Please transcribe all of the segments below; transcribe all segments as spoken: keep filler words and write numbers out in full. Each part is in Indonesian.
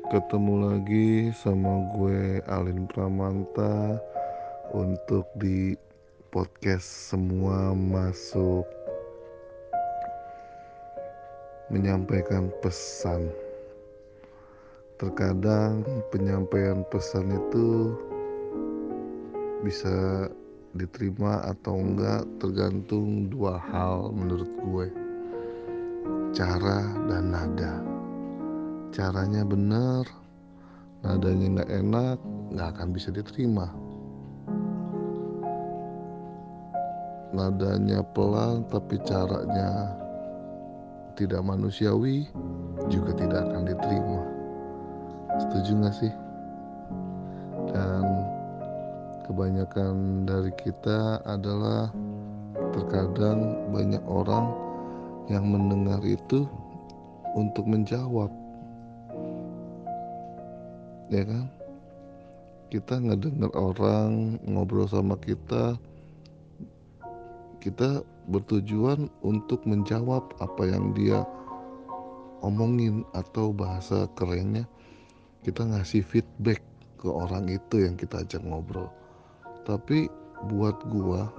Ketemu lagi sama gue Alin Pramanta untuk di podcast Semua Masuk, menyampaikan pesan. Terkadang penyampaian pesan itu bisa diterima atau enggak tergantung dua hal menurut gue, cara dan nada. Caranya benar, nadanya nggak enak, nggak akan bisa diterima. Nadanya pelan tapi caranya tidak manusiawi, juga tidak akan diterima. Setuju gak sih? Dan kebanyakan dari kita adalah terkadang banyak orang yang mendengar itu untuk menjawab, ya kan? Kita ngedengar orang ngobrol sama kita, kita bertujuan untuk menjawab apa yang dia omongin, atau bahasa kerennya kita ngasih feedback ke orang itu yang kita ajak ngobrol. Tapi buat gua,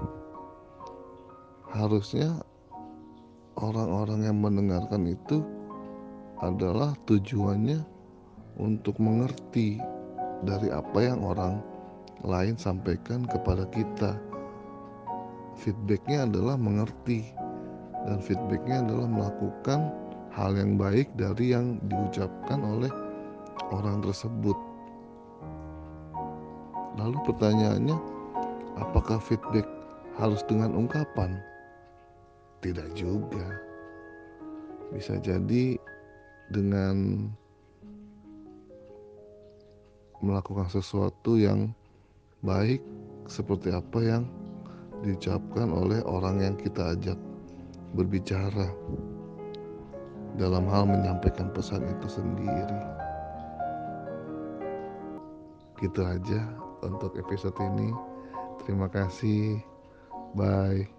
harusnya orang-orang yang mendengarkan itu adalah tujuannya untuk mengerti dari apa yang orang lain sampaikan kepada kita. Feedbacknya adalah mengerti, dan feedbacknya adalah melakukan hal yang baik dari yang diucapkan oleh orang tersebut. Lalu pertanyaannya, apakah feedback harus dengan ungkapan? Tidak juga. Bisa jadi dengan melakukan sesuatu yang baik seperti apa yang diucapkan oleh orang yang kita ajak berbicara dalam hal menyampaikan pesan itu sendiri. Gitu aja untuk episode ini. Terima kasih. Bye.